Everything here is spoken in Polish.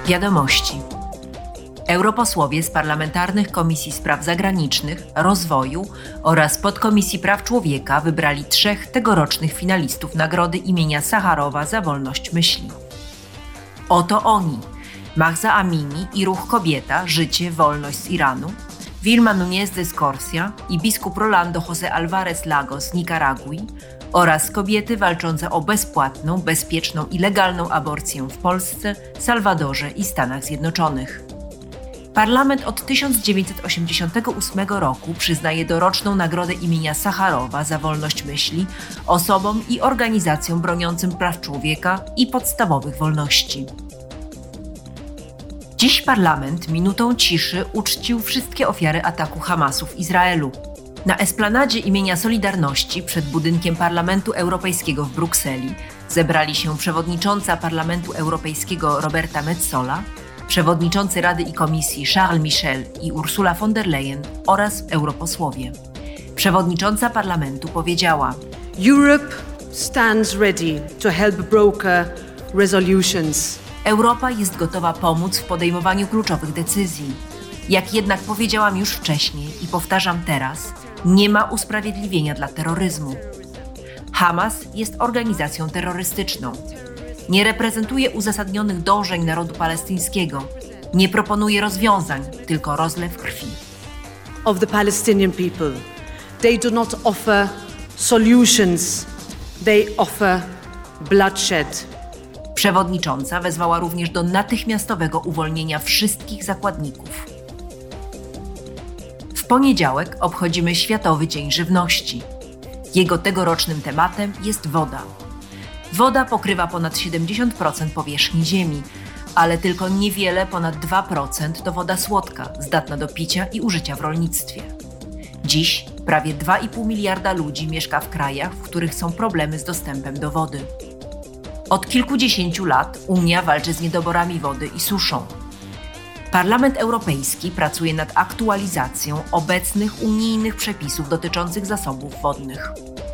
Wiadomości. Europosłowie z parlamentarnych Komisji Spraw Zagranicznych, Rozwoju oraz Podkomisji Praw Człowieka wybrali 3 tegorocznych finalistów Nagrody imienia Sacharowa za wolność myśli. Oto oni: Mahsa Amini i Ruch Kobieta, Życie, Wolność z Iranu, Vilma Núñez de Escorcia i biskup Rolando José Álvarez Lagos z Nikaragui oraz kobiety walczące o bezpłatną, bezpieczną i legalną aborcję w Polsce, Salwadorze i Stanach Zjednoczonych. Parlament od 1988 roku przyznaje doroczną nagrodę imienia Sacharowa za wolność myśli osobom i organizacjom broniącym praw człowieka i podstawowych wolności. Dziś parlament minutą ciszy uczcił wszystkie ofiary ataku Hamasu w Izraelu. Na esplanadzie imienia Solidarności przed budynkiem Parlamentu Europejskiego w Brukseli zebrali się przewodnicząca Parlamentu Europejskiego Roberta Metsola, przewodniczący Rady i Komisji Charles Michel i Ursula von der Leyen oraz europosłowie. Przewodnicząca Parlamentu powiedziała: Europe stands ready to help broker resolutions. Europa jest gotowa pomóc w podejmowaniu kluczowych decyzji. Jak jednak powiedziałam już wcześniej i powtarzam teraz, nie ma usprawiedliwienia dla terroryzmu. Hamas jest organizacją terrorystyczną. Nie reprezentuje uzasadnionych dążeń narodu palestyńskiego. Nie proponuje rozwiązań, tylko rozlew krwi. Of the Palestinian people. They do not offer solutions. They offer bloodshed. Przewodnicząca wezwała również do natychmiastowego uwolnienia wszystkich zakładników. W poniedziałek obchodzimy Światowy Dzień Żywności. Jego tegorocznym tematem jest woda. Woda pokrywa ponad 70% powierzchni Ziemi, ale tylko niewiele ponad 2% to woda słodka, zdatna do picia i użycia w rolnictwie. Dziś prawie 2,5 miliarda ludzi mieszka w krajach, w których są problemy z dostępem do wody. Od kilkudziesięciu lat Unia walczy z niedoborami wody i suszą. Parlament Europejski pracuje nad aktualizacją obecnych unijnych przepisów dotyczących zasobów wodnych.